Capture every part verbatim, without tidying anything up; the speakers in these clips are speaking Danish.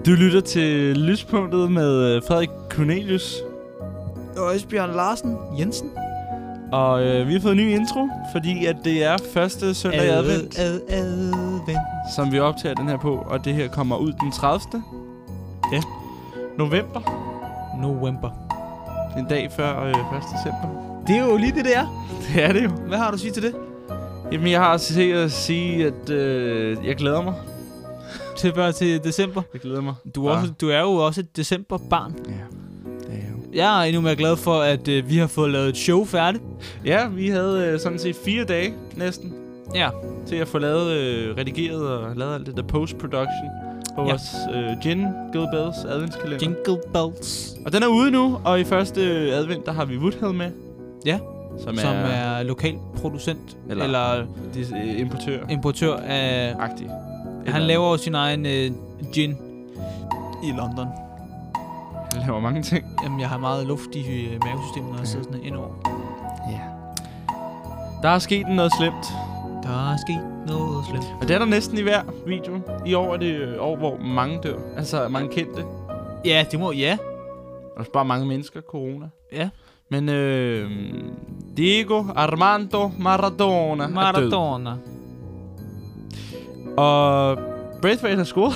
Du lytter til Lyspunktet med Frederik Cornelius og Esbjørn Larsen Jensen. Og øh, vi har fået en ny intro, fordi at det er første søndag i advent, ad, advent, som vi optager den her på. Og det her kommer ud den tredivte Ja. november. November. En dag før øh, første december. Det er jo lige det, det er. Det er det jo. Hvad har du at sige til det? Jamen, jeg har til at sige, at øh, jeg glæder mig. Til før til december. Jeg glæder mig. Du er, også, du er jo også et decemberbarn. Ja, det er jeg jo. Jeg er endnu mere glad for, at øh, vi har fået lavet et show færdigt. Ja, vi havde øh, sådan set fire dage næsten Ja. til at få lavet, øh, redigeret og lavet alt det der post-production på Ja. vores øh, Jingle Bells adventskalender. Jingle bells. Og den er ude nu, og i første advent, der har vi Woodhead med. Ja. Som er, Som er lokal producent. Eller- Eller, eller dis- øh, importør. importør af... Agtig. Han laver jo sin egen øh, gin i London. Han laver mange ting. Jamen, jeg har meget luft i øh, mavesystemet, når jeg sidder sådan indover. Ja. Der er sket noget slemt. Der er sket noget slemt. Og det er der næsten i hver video. I år er det øh, år, hvor mange dør. Altså mange kendte. Ja, det må... Ja. Og bare mange mennesker. Corona. Ja. Men øh, Diego Armando Maradona, er død. Maradona. Og Braithwaite har scoret.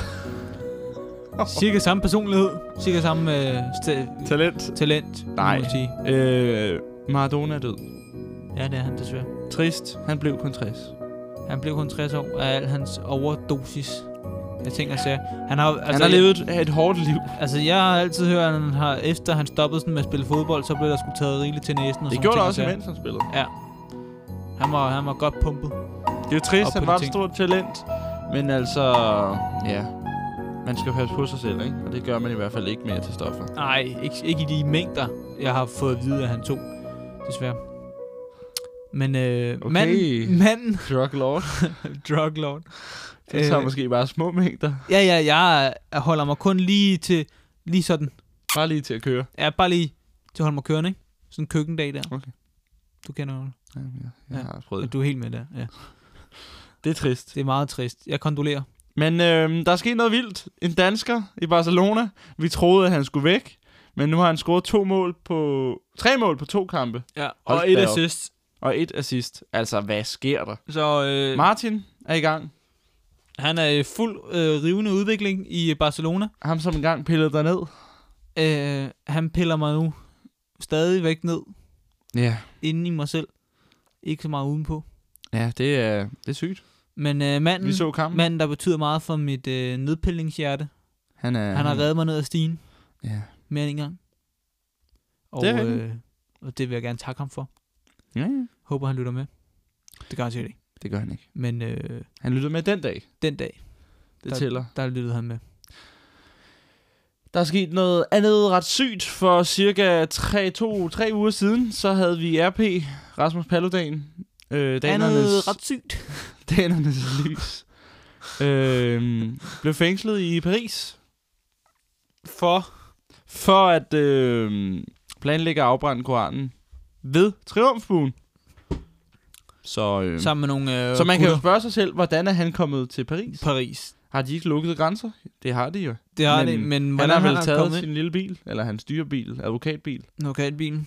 Cirka samme personlighed. Cirka samme øh, st- Talent. talent. Nej. må man sige. Øh, Maradona er død. Ja, det er han desværre. Trist. Han blev kun tres. Han blev kun tres år af al hans overdosis. Jeg tænker så. Han har, altså, Han har levet et, et hårdt liv. Altså, jeg har altid hørt, at han har, efter han stoppede sådan med at spille fodbold, så blev der sgu taget rigeligt til næsen. Og Det sådan gjorde ting, der også, og mens han spillede. Ja. Han var, han var godt pumpet. Det er jo trist, Op han på var de et ting. stort talent. Men altså, ja. Man skal passe på sig selv, ikke? Og det gør man i hvert fald ikke mere til stoffer. Nej, ikke, ikke i de mængder, jeg har fået at vide, at han tog. Desværre. Men øh, Okay. manden, manden Drug lord. drug lord. Det tager Øh. måske bare små mængder. Ja, ja, jeg holder mig kun lige til, lige sådan, Bare lige til at køre. ja, bare lige til at holde mig kørende, ikke? Sådan en køkkendag der. Okay. Du kender jo det. Ja, jeg, jeg Ja. har prøvet det. Du er helt med der, ja. Det er trist. Det er meget trist. Jeg kondolerer. Men øh, der er sket noget vildt. En dansker i Barcelona. Vi troede, at han skulle væk. Men nu har han scoret to mål på... Tre mål på to kampe. Ja, Hold og et da op. assist. Og et assist. Altså, hvad sker der? Så øh, Martin er i gang. han er i fuld øh, rivende udvikling i Barcelona. Ham som engang pillede dig ned. Øh, han piller mig nu stadigvæk ned Ja. inde i mig selv. Ikke så meget udenpå. Ja, det er, det er sygt. Men øh, manden, Vi så kampen. manden, der betyder meget for mit øh, nedpillingshjerte, Han, er, han har reddet mig ned ad stigen Ja. mere end en gang. Og Det er det, rigtigt. øh, og det vil jeg gerne takke ham for. Ja, ja. Håber, han lytter med. Det gør han sikkert ikke. Det gør han ikke. Men øh, Han lyttede med den dag. den dag, Det Der- tæller. der lyttede han med. Der er sket noget andet ret sygt. For cirka tre, to, tre uger siden, så havde vi R P, Rasmus Paludan, øh, Det er noget danernes, ret sygt. danernes lys, øh, blev fængslet i Paris For for at øh, planlægge at afbrænde Koranen ved Triumfbuen. Så, øh, sammen med nogle øh, så man kan jo gutter. spørge sig selv, hvordan er han kommet til Paris? Paris. Har de ikke lukket grænser? Det har de jo. Det har Men det, men Han hvordan har han vel har taget kommet ind? sin lille bil, eller hans dyrebil, advokatbil. En advokatbil.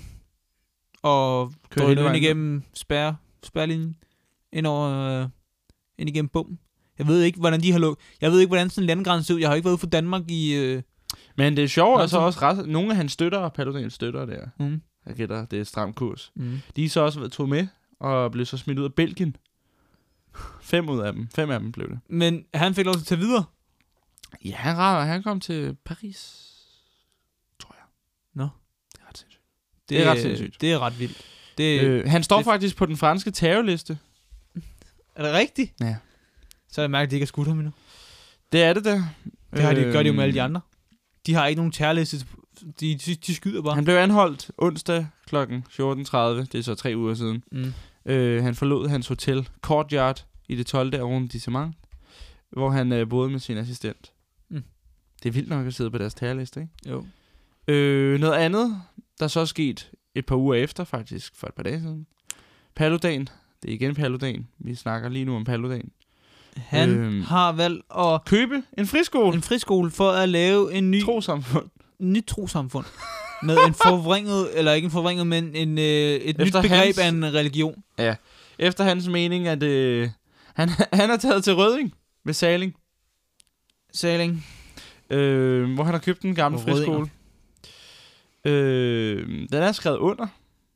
Og Kører drøner hele ind vejen igennem spær, spærlinjen. Ind over, øh, ind igennem bummen. Jeg ved ikke, hvordan de har lukket. Jeg ved ikke, hvordan sådan en landegrænse ser ud. Jeg har ikke været ude for Danmark i... Øh, Men det er sjovt, Nå, altså så- også ret, nogle af hans støtter, Paludans støtter der, mm, jeg gætter, det er stram kurs. mm. De er så også tog med, og blev så smidt ud af Belgien. Fem ud af dem. Fem af dem blev det. Men han fik lov til at tage videre. Ja, han, rammer, han kom til Paris, tror jeg. Nå. Det er ret sindssygt. Det er ret sindssygt. Det er ret vildt. Det, Øh, han står det- faktisk på den franske terrorliste. er det rigtigt? Ja. Så er det mærkeligt, at de ikke har skudt ham endnu. Det er det der. Det har de, gør de jo med alle de Øhm, andre. De har ikke nogen terrorliste. De, de, de skyder bare. Han blev anholdt onsdag klokken fjorten tredive. Det er så tre uger siden. Mm. Øh, han forlod hans hotel Courtyard i det tolvte arrondissement, hvor han øh, boede med sin assistent. Mm. Det er vildt nok at sidde på deres terrorliste, ikke? Jo. Øh, noget andet, der så er sket et par uger efter, faktisk for et par dage siden. Paludan. Det er igen Paludan. Vi snakker lige nu om Paludan. Han Øhm. har valgt at Købe en friskole. en friskole for at lave en ny Trosamfund. nyt trosamfund med en forvrænget, eller ikke en forvrænget, men en, øh, et Efter nyt begreb hans- af en religion. Efter hans mening, at øh, han, han er taget til Rødding ved Saling, Saling. øh, hvor han har købt en gammel Hvor Røddinger. friskole. Øh, den er skrevet under,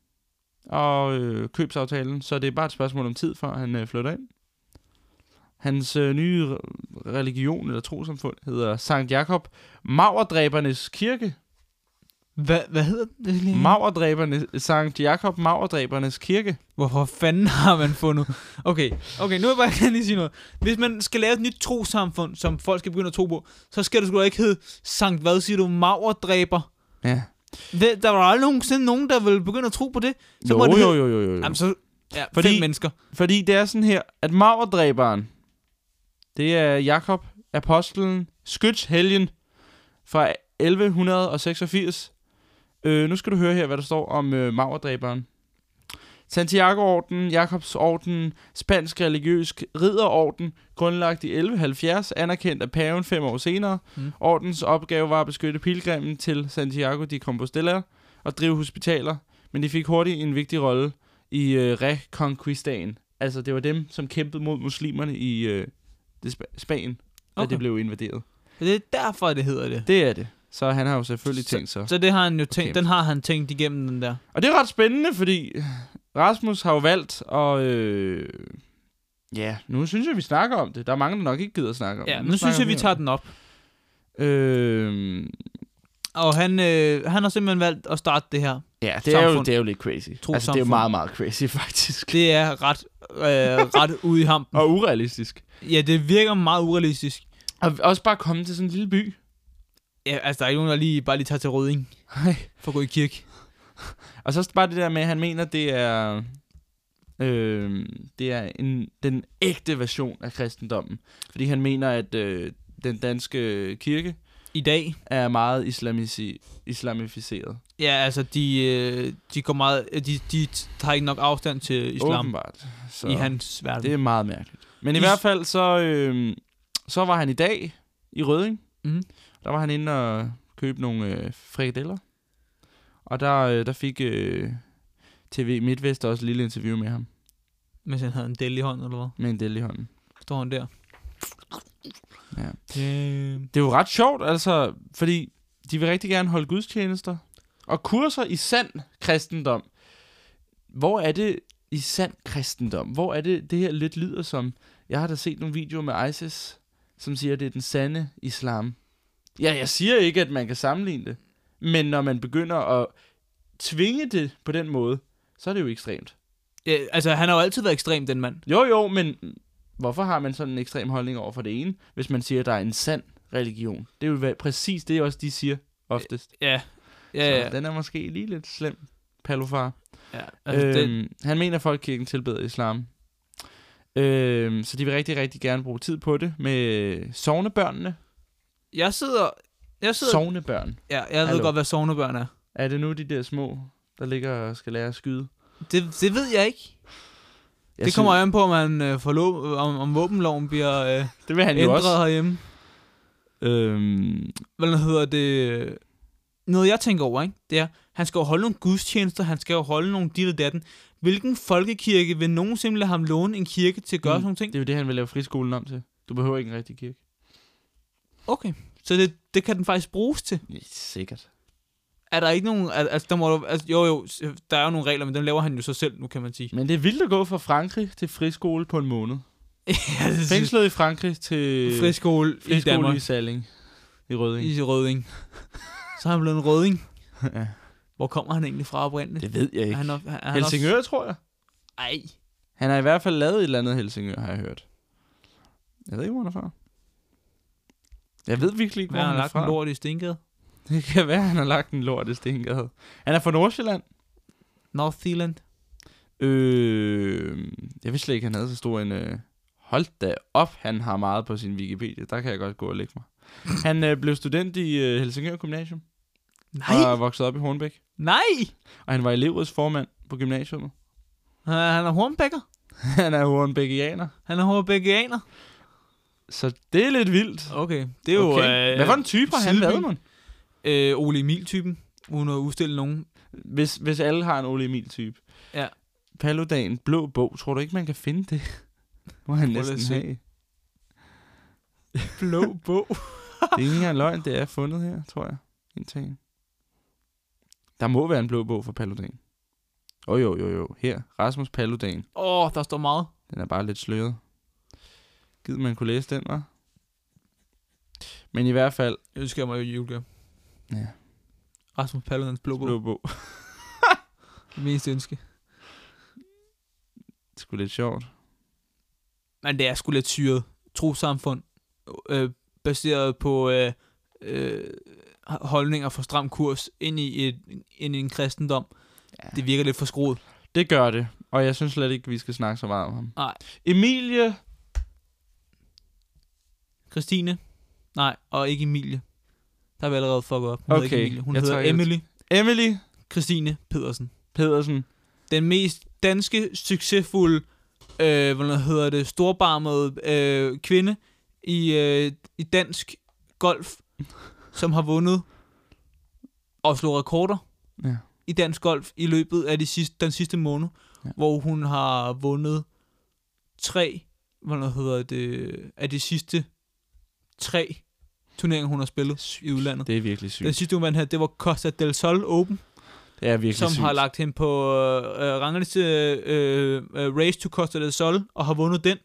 og øh, købsaftalen, så det er bare et spørgsmål om tid, før han øh, flytter ind. Hans øh, nye re- religion, eller trosamfund, hedder Sankt Jakob Maurdræbernes Kirke. Hvad, hvad hedder det lige? Maurdræbernes, Sankt Jakob Maurdræbernes Kirke. Hvorfor fanden har man fundet... Okay, okay, nu vil jeg bare lige sige noget. Hvis man skal lave et nyt trosamfund, som folk skal begynde at tro på, så skal det sgu da ikke hedde Sankt, hvad siger du, Maurdræber. Ja. Det, der var aldrig nogensinde nogen, der ville begynde at tro på det. Så Jo, må det jo, hedde- jo, jo, jo, jo. Jamen, så... Ja, Fordi- fem mennesker. Fordi det er sådan her, at Maurdræberen, det er Jakob, apostlen, skytshelgen fra elleve seksogfirs. Øh, nu skal du høre her, hvad der står om øh, Maurdræberen. Santiago-orden, Jakobs orden, spansk religiøs ridderorden, grundlagt i elleve halvfjerds, anerkendt af paven fem år senere. Mm. Ordens opgave var at beskytte pilgrimen til Santiago de Compostela og drive hospitaler, men de fik hurtigt en vigtig rolle i øh, Reconquistaen. Altså, det var dem, som kæmpede mod muslimerne i øh, det Sp- Spanien, da Okay. det blev invaderet. Det er derfor, det hedder det. Det er det. Så han har jo selvfølgelig tænkt sig. Så det har han jo tænkt, Okay. den har han tænkt igennem, den der. Og det er ret spændende, fordi Rasmus har jo valgt at... Øh, ja, nu synes jeg, vi snakker om det. Der er mange, der nok ikke gider at snakke om Ja, det. nu synes jeg, vi om tager den op. det. Øh, Og han, øh, han har simpelthen valgt at starte det her. ja, det er, jo, Samfund. det er jo lidt crazy. Altså, det er jo Trossamfund. meget, meget crazy, faktisk. Det er ret, øh, ret ude i hampen. Og urealistisk. Ja, det virker meget urealistisk. Og også bare komme til sådan en lille by. Ja, altså, der er ikke nogen, der lige, bare lige tager til Rødding Nej. for at gå i kirke. Og så bare det der med, at han mener, det er... Øh, det er en, den ægte version af kristendommen. Fordi han mener, at øh, den danske kirke I dag, er meget islamisi- islamificeret. ja, altså, de, øh, de går meget, de, de tager ikke nok afstand til islam Åbenbart. Så i hans verden. det er meget mærkeligt. Men i, I- hvert fald, så, øh, så var han i dag i Rødding. Mhm. Der var han inde og købe nogle øh, frikadeller. Og der, øh, der fik øh, T V MidtVest også et lille interview med ham. Mens han havde en del i hånden, eller hvad? Med en del i hånden. Står han der. Ja. Øh, Det er jo ret sjovt, altså, fordi de vil rigtig gerne holde gudstjenester. Og kurser i sand kristendom. Hvor er det i sand kristendom? Hvor er det, det her lidt lyder som... Jeg har da set nogle videoer med ISIS, som siger, at det er den sande islam. Ja, jeg siger ikke, at man kan sammenligne det. Men når man begynder at tvinge det på den måde, så er det jo ekstremt. ja, altså, han har jo altid været ekstrem, den mand. Jo, jo, men hvorfor har man sådan en ekstrem holdning over for det ene, hvis man siger, at der er en sand religion? Det er jo hvad- præcis det, også de siger oftest. Ja, ja, ja. Så den er måske lige lidt slem, Palofar. ja altså, øhm, det, Han mener, at folkekirken tilbeder islam. Øhm, så de vil rigtig, rigtig gerne bruge tid på det med sognebørnene. jeg sidder... Jeg sidder... Sognebørn. Ja, jeg ved Hallo. godt, hvad sognebørn er. Er det nu de der små, der ligger og skal lære at skyde? Det, det ved jeg ikke. Jeg Det kommer an på, om, man, øh, får lov, om, om våbenloven bliver øh, det vil han jo ændret også. herhjemme. Øhm, Hvad hedder det? Noget, jeg tænker over, ikke? Det er, han skal jo holde nogle gudstjenester, han skal jo holde nogle dit og datten. Hvilken folkekirke vil nogensinde lade ham låne en kirke til at gøre Mm, sådan nogle ting? det er jo det, han vil lave friskolen om til. Du behøver ikke en rigtig kirke. Okay, så det, det kan den faktisk bruges til. Ja, sikkert. Er der ikke nogen... al- Altså, der må, jo- altså, jo, jo, der er jo nogle regler, men dem laver han jo så selv, nu kan man sige. Men det er vildt at gå fra Frankrig til friskole på en måned. ja, det er Fængslet i Frankrig til friskole i friskole Danmark. i Salling. I Rødding. I Rødding. Så er han blevet en Rødding. Ja, Hvor kommer han egentlig fra oprindeligt? det ved jeg ikke. Er han, er, er han Helsingør, Også... tror jeg. Ej. Han har i hvert fald lavet et eller andet Helsingør, har jeg hørt. Jeg ved ikke, hvor han er fra. Jeg ved virkelig ikke, Hvad hvor har han han er lagt en fra. lort i Stengade? Det kan være, han har lagt en lort i Stengade. Han er fra Nordsjælland. North Zealand. Øh, jeg vidste slet ikke, han havde så stor en... Øh... Hold da op, han har meget på sin Wikipedia. Der kan jeg godt gå og lægge mig. Han øh, blev student i øh, Helsingør Gymnasium. Nej. Og voksede op i Hornbæk. Nej. Og han var elevrådsformand på gymnasiet. Han er, han er hornbækker. Han er hornbækianer. Han er hornbækianer. Så det er lidt vildt. Okay, det er jo... Okay. Øh, Hvad for en type har han Sydby. været, man? Øh, Ole Emil-typen. Hun har udstillet nogen. Hvis, hvis alle har en Ole Emil-type. Ja. Paludan, blå bog. Tror du ikke, man kan finde det? Må han Prøv at næsten se. have. Blå bog. Det er ikke engang løgn, det er fundet her, tror jeg. Indtagen. Der må være en blå bog for Paludan. Åh oh, jo, jo, jo. Her, Rasmus Paludan. Åh, oh, der står meget. Den er bare lidt sløret. Gid man kunne læse den, hva'? Men i hvert fald... Jeg ønsker mig jo julegave. Ja. Rasmus Paludans blå bog. Blå bog. Det meste ønske. Det er sgu lidt sjovt. Men det er sgu lidt syret. Trossamfund. Øh, baseret på øh, øh, holdninger for stram kurs ind i, et, ind i en kristendom. Ja. Det virker lidt for skruet. Det gør det. Og jeg synes slet ikke, vi skal snakke så meget om ham. Nej. Emilie. Christine. Nej, og ikke Emilie. Der har vi allerede fucket op. Hun Okay, hedder ikke Emilie. Hun jeg hedder tager- Emily Emily Christine Pedersen. Pedersen. Den mest danske, succesfulde, øh, hvad hedder det, storbarmede øh, kvinde i, øh, i dansk golf, som har vundet og slået rekorder Ja. i dansk golf i løbet af de sidste, den sidste måned, Ja. ja. hvor hun har vundet tre, hvad hedder det, af de sidste tre turneringer, hun har spillet sygt. I udlandet. Det er virkelig sygt. Den sidste, hun vandt her, det var Costa del Sol Open, Det er virkelig som sygt. har lagt hende på øh, rangliste øh, øh, Race to Costa del Sol, og har vundet den.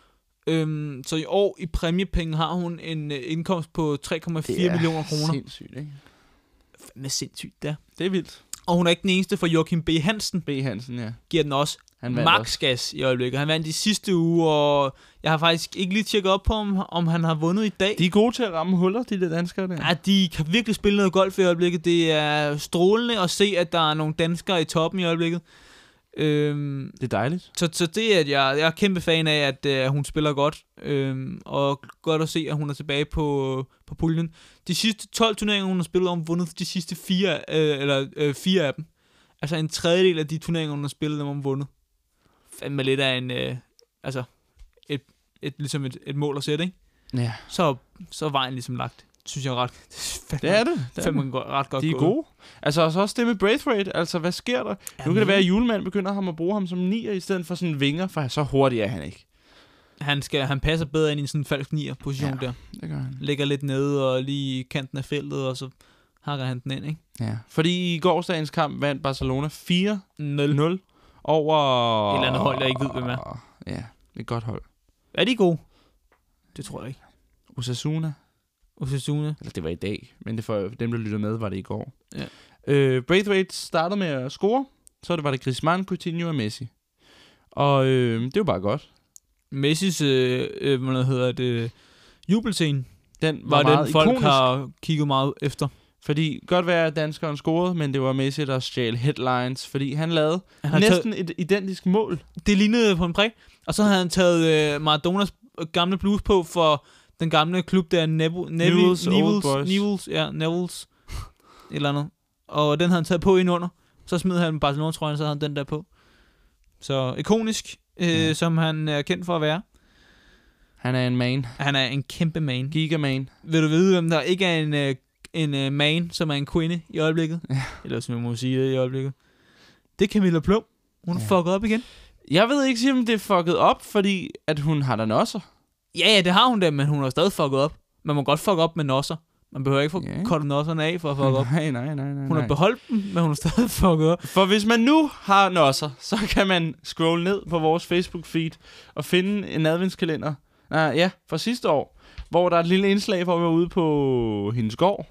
Øhm, så i år i præmiepenge har hun en øh, indkomst på tre komma fire millioner kroner. Det er sindssygt, ikke? Fandme sindssygt, der. Det er vildt. Og hun er ikke den eneste, for Joachim B. Hansen B. Hansen, ja. giver den også Han vandt også. max gas i øjeblikket. Han vandt de sidste uge, og jeg har faktisk ikke lige tjekket op på, om, om han har vundet i dag. De er gode til at ramme huller, de der danskere der. Ja, de kan virkelig spille noget golf i øjeblikket. Det er strålende at se, at der er nogle danskere i toppen i øjeblikket. Øhm, Det er dejligt. så, så det er, at jeg, jeg er kæmpe fan af, at øh, hun spiller godt. Øhm, og godt at se, at hun er tilbage på, på puljen. De sidste tolv turneringer, hun har spillet, har hun vundet de sidste fire, øh, eller, øh, fire af dem. Altså en tredjedel af de turneringer, hun har spillet, dem har hun vundet. Fandme lidt af en, øh, altså, et, et, ligesom et, et mål at sætte, ikke? Ja. Så, så er vejen ligesom lagt. Synes jeg er ret. Det er det. det, er Fandme det. go- ret godt De er gået. gode. Altså også, også det med Braithwaite. Altså, hvad sker der? Ja, Nu kan det være, at julemanden begynder ham at bruge ham som nier, i stedet for sådan vinger, for så hurtigt er han ikke. Han, skal, han passer bedre ind i sådan en falsk nier-position Ja. der. Det gør han. Ligger lidt nede og lige i kanten af feltet, og så hakker han den ind, ikke? Ja. Fordi i gårsdagens kamp vandt Barcelona fire nul. nul over... Et eller andet hold, jeg ikke ved, hvem er. Ja, det er et godt hold. Er de gode? Det tror jeg ikke. Osasuna. Osasuna. Eller det var i dag, men det for dem, der lytter med, var det i går. Ja. Øh, Braithwaite startede med at score, så det var det Griezmann, Coutinho og Messi. Og øh, det var bare godt. Messis, øh, øh, hvad hedder det, jubelscene, Den var, var, var meget den, folk ikonisk, har kigget meget efter. fordi godt være, at danskeren scorede, men det var Messi, der stjal headlines, fordi han lavede Han har næsten et identisk mål. Det lignede på en prik. Og så havde han taget øh, Maradonas gamle blues på for den gamle klub der, Nev- Nevi- Newell's Old Newell's, Boys. Newell's, ja, Newell's, et eller andet. Og den havde han taget på ind under. Så smed han Barcelona-trøjen, så havde han den der på. Så ikonisk, øh, Ja. som han er kendt for at være. Han er en man. Han er en kæmpe man. Gigaman. Vil du vide, hvem der ikke er en, øh, en øh, man, som er en kvinde i øjeblikket? Ja. Eller som jeg må sige det i øjeblikket. Det er Camilla Plum. Hun er Ja. fucket op igen. Jeg ved ikke, om det er fucket op, fordi at hun har der nosser. Ja, ja, det har hun da, men hun har stadig fucket op. Man må godt fuck op med nosser. Man behøver ikke få Ja. kortet nosserne af for at fuck op. Nej, nej, nej, nej. Hun nej. har beholdt dem, men hun har stadig fucket op. For hvis man nu har nosser, så kan man scrolle ned på vores Facebook-feed og finde en adventskalender. Nej, ja, fra sidste år, hvor der er et lille indslag for at være ude på hendes gård,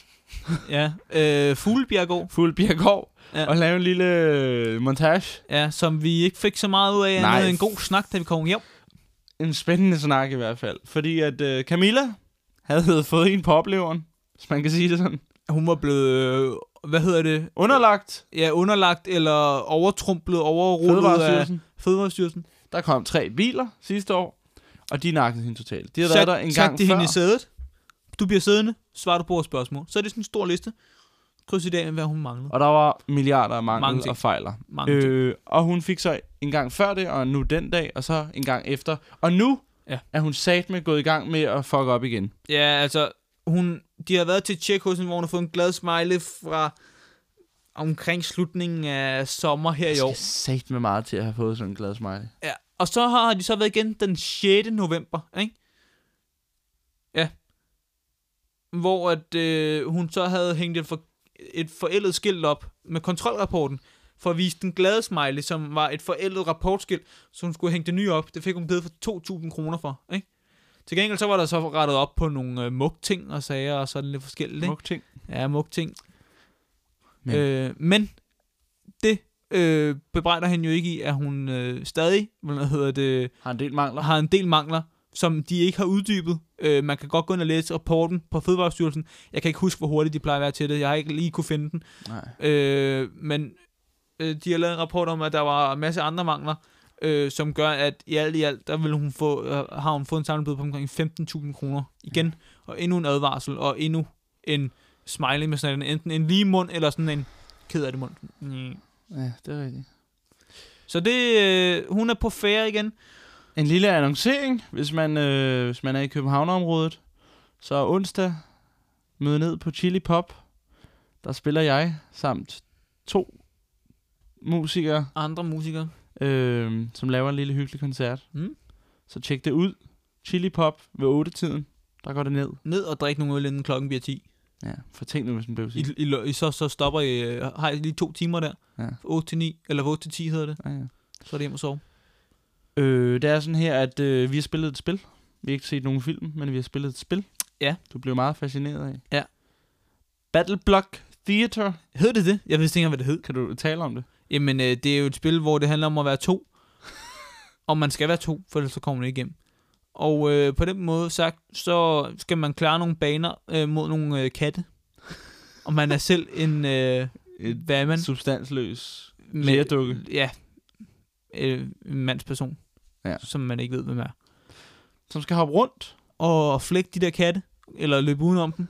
Ja, øh, Fuglebjerggård, Fuglebjerggård, Ja. og lave en lille montage. ja, som vi ikke fik så meget ud af. Nej. Nej. En god snak, da vi kom hjem. En spændende snak i hvert fald. Fordi at øh, Camilla havde fået en på opleveren, hvis man kan sige det sådan. Hun var blevet, øh, hvad hedder det? Underlagt Ja, underlagt eller overtrumplet, overrullet af Fødevarestyrelsen. Fødevarestyrelsen. Der kom tre biler sidste år, og de nakkede hende totalt. De havde Sat- været der en gang Sat de før. hende i sædet. Du bliver siddende, svarer du på vores spørgsmål. Så er det sådan en stor liste. Kryds i dag med, hvad hun manglede. Og der var milliarder af Mange mangel ting. og fejler. Mange ting. Øh, og hun fik så en gang før det, og nu den dag, og så en gang efter. Og nu Ja. er hun sat med gået i gang med at fuck op igen. Ja, altså, hun, de har været til et tjek hos hende, hvor hun har fået en glad smiley fra omkring slutningen af sommer her i år. Jeg skal sat med meget til at have fået sådan en glad smiley. Ja, og så har de så været igen den sjette november, ikke? Ja. Hvor at, øh, hun så havde hængt et, for, et forældet skilt op med kontrolrapporten, for at vise den glade smiley, som var et forældet rapportskilt, så hun skulle hænge det nye op. Det fik hun givet for to tusind kroner for, ikke? Til gengæld så var der så rettet op på nogle øh, mugting og sager og sådan lidt forskelligt, ikke? Mugting. Ja, mugting. Men. Øh, men det øh, bebrejder hende jo ikke i, at hun øh, stadig, hvad hedder det, Har en del mangler. har en del mangler, som de ikke har uddybet. Øh, man kan godt gå ind og læse rapporten på Fødevarestyrelsen. Jeg kan ikke huske, hvor hurtigt de plejer at være til det. Jeg har ikke lige kunne finde den. Nej. Øh, men øh, de har lavet en rapport om, at der var en masse andre mangler, øh, som gør, at i alt i alt, der vil hun få, øh, har hun fået en samlet bøde på omkring femten tusind kroner igen. Ja. Og endnu en advarsel, og endnu en smiley med sådan en, enten en lige mund, eller sådan en ked af det mund. Mm. Ja, det er rigtigt. Så det, øh, hun er på færre igen. En lille annoncering, hvis man, øh, hvis man er i Københavnerområdet. Så onsdag møde ned på Chili Pop. Der spiller jeg samt to musikere, Andre musikere. øh, som laver en lille hyggelig koncert. Mm. Så tjek det ud. Chili Pop ved otte-tiden. Der går det ned. Ned og drikke nogle øl, inden klokken bliver ti. Ja, for tænk nu, hvis den blev I, sige. I, I, så, så stopper I, øh, har I lige to timer der. Ja. otte til ni, eller otte til ti hedder det. Ja, ja. Så er det hjem og sove. Øh, det er sådan her, at øh, vi har spillet et spil. Vi har ikke set nogen film, men vi har spillet et spil. Ja. Du blev meget fascineret af. Ja. Battle Block Theater. Hed det det? Jeg vidste ikke, hvad det hed. Kan du tale om det? Jamen, øh, det er jo et spil, hvor det handler om at være to. Og man skal være to, for ellers så kommer man ikke igennem. Og øh, på den måde sagt, så skal man klare nogle baner øh, mod nogle øh, katte. Og man er selv en, øh, Et hvad er man? substansløs Med- læredukke. Ja, øh, en mandsperson, Ja. som man ikke ved, hvem er. Som skal hoppe rundt. Og flække de der katte, eller løbe udenom dem.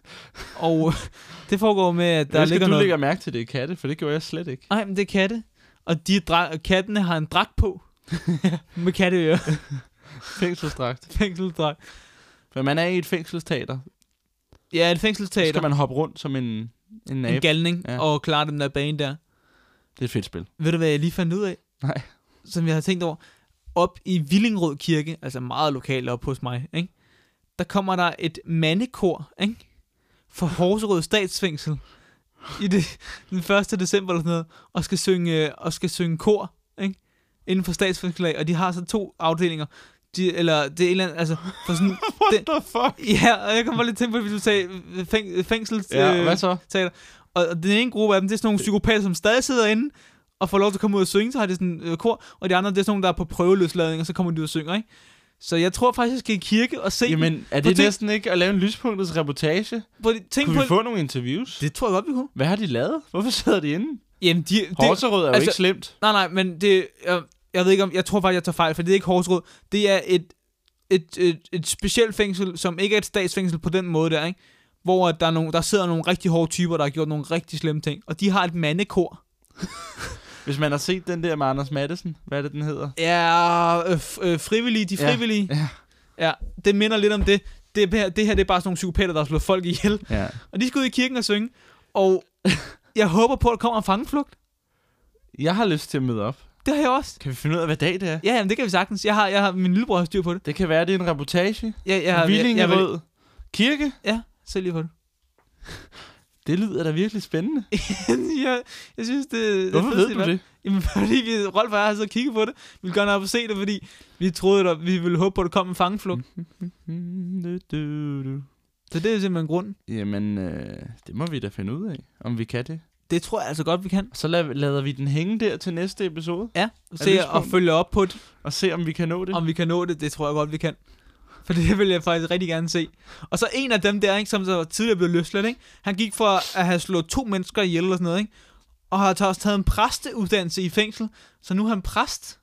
Og det foregår med, at der Der skal ligger du noget... lægger mærke til det katte, for det gjorde jeg slet ikke. Nej, men det er katte. Og de dra- kattene har en dragt på. Med katteører. Fængselsdragt. Fængselsdragt. For man er i et fængselsteater. Ja, et Så fængselsteater. skal man hoppe rundt som en, en En nabe. galning, Ja. ja. Og klare den der bane der. Det er et fedt spil. Ved du, hvad jeg lige fandt ud af? Nej. Som jeg har tænkt over. Op i Villingrød Kirke, altså meget lokalt op hos mig, ikke? Der kommer der et mandekor, ikke? For Horserød Statsfængsel. I det, den første december eller sådan noget. Og skal synge, og skal synge kor, ikke? Inden for statsfængsel. Og de har så to afdelinger. De, eller det er en eller anden, altså, for sådan... What the fuck? Ja, og jeg kommer bare lige til, hvis du sagde fæng, fængsels... Ja, øh, hvad så? teater. Og, og den ene gruppe af dem, det er sådan nogle psykopater, som stadig sidder inde og får lov til at komme ud og synge, så har de sådan øh, kor, og de andre, det er sådan nogle, der er på prøveløsladning, og så kommer de ud og synger, ikke? Så jeg tror faktisk, jeg skal i kirke og se... Jamen, er Prøv det tænk- næsten ikke at lave en lyspunktets reportage? på de, tænk Kunne på, vi få nogle interviews? det tror jeg godt, vi kunne. Hvad har de lavet? Hvorfor sidder de inde? Jamen, de... Det, Horserød er jo altså- ikke slemt. nej, nej, men det... Jeg, jeg ved ikke om... Jeg tror faktisk, jeg tager fejl, for det er ikke Horserød. Det er et, et, et, et specielt fængsel, som ikke er et statsfængsel på den måde der, ikke? Hvor der, er nogle, der sidder nogle rigtig hårde typer, der har gjort nogle rigtig slemme ting. Og de har et mandekor. Hvis man har set den der med Anders Mattesen, hvad er det, den hedder? Ja, øh, f- øh, frivillige, de Ja, frivillige. ja. Ja, det minder lidt om det. Det her, det her det er bare sådan nogle psykopater, der har slået folk ihjel. Ja. Og de skal ud i kirken og synge. Og jeg håber på, at der kommer en fangeflugt. Jeg har lyst til at møde op. Det har jeg også. Kan vi finde ud af, hvad dag det er? Ja, jamen, det kan vi sagtens. Jeg har, jeg har min lillebror har styr på det. Det kan være, det er en reportage. Jeg, jeg, har, jeg, jeg, jeg, Villingerød Kirke. ja, selv lige på det. Det lyder da virkelig spændende. jeg, jeg synes, det, Hvorfor det er ved fedt, du det? Jamen, fordi vi, Rolf og jeg har siddet og kigget på det. Vi vil gerne op og se det, fordi vi troede, at vi ville håbe på, at der kom en fangeflugt. Du, du, du. Så det er simpelthen grunden. Jamen, øh, det må vi da finde ud af, om vi kan det. Det tror jeg altså godt, vi kan. Så lad, lader vi den hænge der til næste episode, Ja, og se og lyspunkt? følge op på det. og se, om vi kan nå det. Om vi kan nå det, det tror jeg godt, vi kan. For det vil jeg faktisk rigtig gerne se. Og så en af dem der, ikke, som så tidligere blev løsladt, ikke? Han gik for at have slået to mennesker ihjel eller sådan noget, ikke? Og har også taget en præsteuddannelse i fængsel. Så nu er han præst.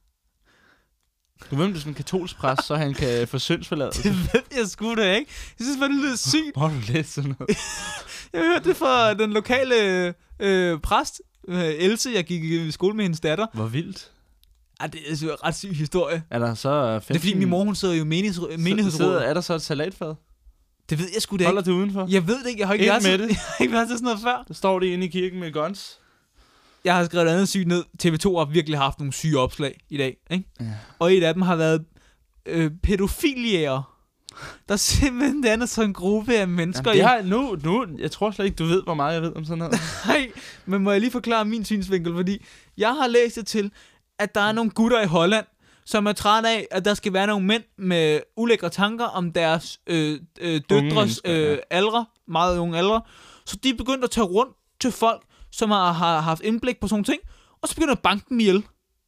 Du ved, om det er sådan en katolsk præst, så han kan få syndsforladelse. Det ved jeg sgu da ikke. Jeg synes, det lyder sygt. Hvor har du læst sådan noget? Jeg hørte det fra den lokale øh, præst, øh, Else. Jeg gik i skole med hendes datter. Hvor vildt. Ej, det er en ret syg historie. Er der så femten... Det er fordi, min mor, hun sidder jo i menigheds- menighedsrådet. Er der så et salatfad? Det ved jeg sgu da ikke. Holder det udenfor? Jeg ved det ikke. Jeg har ikke, Ikke været, med til, det. jeg har ikke været til sådan noget før. Der står de inde i kirken med guns. Jeg har skrevet et andet sygt ned. T V to har virkelig haft nogle syge opslag i dag. Ikke? Ja. Og et af dem har været øh, pædofilier. Der er simpelthen dannet sådan en gruppe af mennesker. Jamen, det har, nu, nu, jeg tror slet ikke, du ved, hvor meget jeg ved om sådan noget. Nej, men må jeg lige forklare min synsvinkel, fordi jeg har læst det til, at der er nogle gutter i Holland, som er træt af, at der skal være nogle mænd med ulækre tanker om deres øh, øh, døtres øh, ja. aldre, meget unge aldre. Så de er begyndt at tage rundt til folk, som har, har haft indblik på sådan nogle ting, og så begynder at banke dem ihjel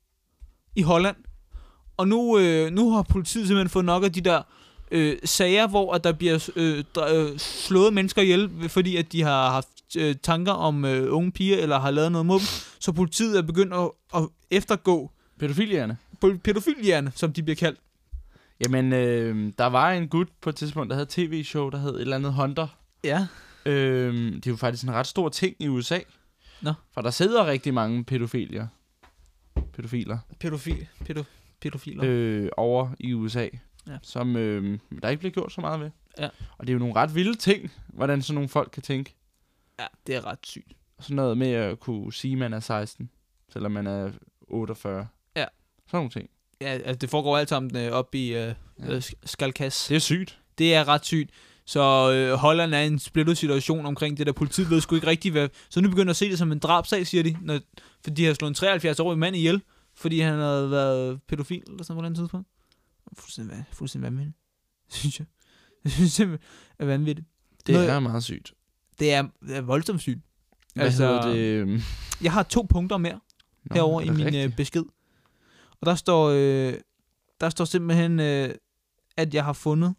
i Holland. Og nu, øh, nu har politiet simpelthen fået nok af de der øh, sager, hvor at der bliver øh, øh, slået mennesker ihjel, fordi at de har haft øh, tanker om øh, unge piger, eller har lavet noget mod dem. Så politiet er begyndt at, at eftergå Pædofilierne? pædofilierne, som de bliver kaldt. Jamen, øh, der var en gut på et tidspunkt, der havde et tv-show, der hed et eller andet Hunter. Ja. Øh, det er jo faktisk en ret stor ting i U S A. Nå. For der sidder rigtig mange pædofilier. Pædofiler. Pædofil. Pædo, pædofiler. Øh, over i U S A. Ja. Som øh, der ikke bliver gjort så meget ved. Ja. Og det er jo nogle ret vilde ting, hvordan sådan nogle folk kan tænke. Ja, det er ret sygt. Sådan noget med at kunne sige, at man er seksten, selvom man er otteogfyrre. Ja. Sådan nogle ting. Ja, altså det foregår alt sammen øh, op i øh, Ja. øh, Skalkas. Det er sygt. Det er ret sygt. Så øh, Holland er i en splittet situation omkring det der. Politiet ved sgu ikke rigtig, hvad... Så nu begynder at se det som en drabsag, siger de. Når, for de har slået en treoghalvfjerds-årig mand ihjel, fordi han havde været pædofil, eller sådan på den tidspunkt. Fuldstændig, fuldstændig vanvittigt. Synes jeg. Jeg synes simpelthen er vanvittigt. Det Noget- er meget sygt. Det er, det er voldsomt sygt. Hvad Altså- altså, hedder det? Jeg har to punkter mere Nå, herover er i det min rigtigt? øh, besked. Og der står, øh, der står simpelthen, øh, at jeg har fundet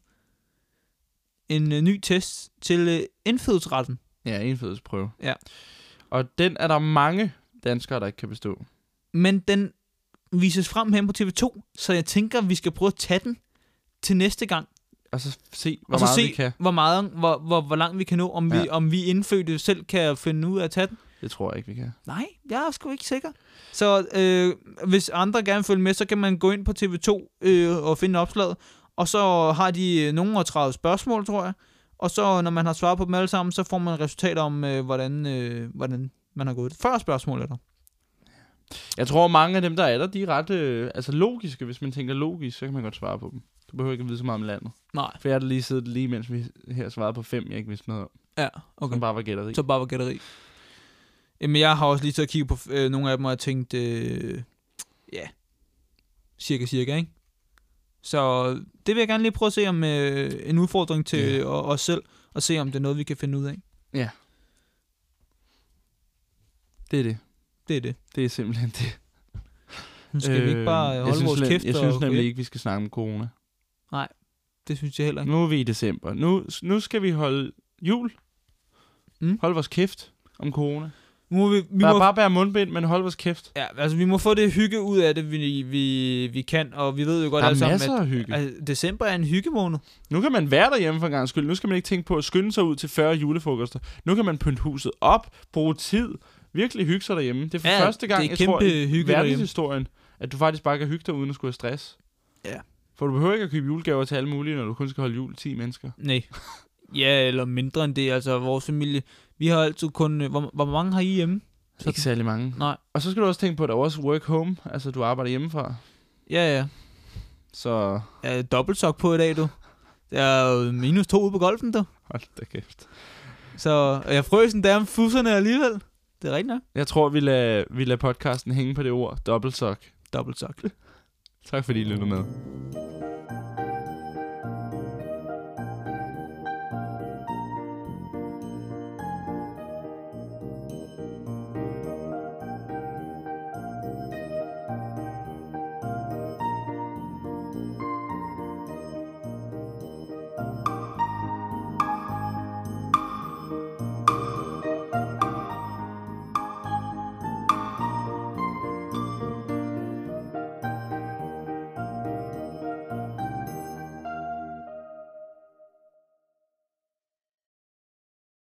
en øh, ny test til øh, indfødsretten. Ja, indfødsprøve. Ja. Og den er der mange danskere, der ikke kan bestå. Men den vises frem her på T V to, så jeg tænker, vi skal prøve at tage den til næste gang. Og så se, hvor Og så meget se, vi kan. hvor, meget, hvor, hvor, hvor langt vi kan nå, om, ja. vi, Ja. om vi indfødte selv kan finde ud af at tage den. Det tror jeg ikke, vi kan. Nej, jeg er sgu ikke sikker. Så øh, hvis andre gerne vil følge med, så kan man gå ind på T V to øh, og finde opslaget. Og så har de øh, nogle og tredive spørgsmål, tror jeg. Og så når man har svaret på dem alle sammen, så får man resultater om, øh, hvordan, øh, hvordan man har gået. fyrre spørgsmål er der. Jeg tror, mange af dem, der er der, de er ret øh, altså logiske. Hvis man tænker logisk, så kan man godt svare på dem. Du behøver ikke at vide så meget om landet. Nej. For jeg har lige siddet lige, mens vi her svarede på fem, jeg ikke vidste noget om. Ja, Okay. okay. Som bare var gætteri. Så bare var gætteri. Jamen, jeg har også lige til at kigge på øh, nogle af dem, og jeg tænkt, øh, ja, cirka, cirka, ikke? Så det vil jeg gerne lige prøve at se om øh, en udfordring til Ja. yeah. os selv, og se om det er noget, vi kan finde ud af. Ja. Det er det. Det er det. Det er simpelthen det. Nu skal øh, vi ikke bare jeg holde synes vores nem- kæft Jeg og synes gå nemlig hjem? ikke, vi skal snakke om corona. Det synes jeg heller ikke. Nu er vi i december. Nu, nu skal vi holde jul. Mm. Hold vores kæft om corona. Nu må vi, vi, Bare, må, bare bære mundbind, men hold vores kæft. ja, altså, vi må få det hygge ud af det, vi, vi, vi kan, og vi ved jo godt Der alle er sammen, masser at af hygge. altså, december er en hyggemåned. Nu kan man være derhjemme for en gang skyld. Nu skal man ikke tænke på at skynde sig ud til fyrre julefrokoster. Nu kan man pynte huset op, bruge tid, virkelig hygge sig derhjemme. Det er for Ja, første gang, det er jeg kæmpe tror, i hygge derhjemme. verdenshistorien, at du faktisk bare kan hygge dig uden at skulle have stress. Ja. For du behøver ikke at købe julegaver til alle mulige, når du kun skal holde jul ti mennesker. Nej. Ja, eller mindre end det. Altså, vores familie, vi har altid kun... øh, Hvor, hvor mange har I hjemme? Så ikke særlig mange. Nej. Og så skal du også tænke på, at der er også work home. Altså, du arbejder hjemmefra. Ja, ja. Så Jeg er dobbeltsok på i dag, du. Det er jo minus to ude på golfen, du. hold da kæft. Så og jeg frøs en der om fusserne alligevel. Det er rigtigt nok. Jeg tror, vi lader, vi lader podcasten hænge på det ord. Dobbeltsok. Dobbeltsok. Tak fordi I lyttede med.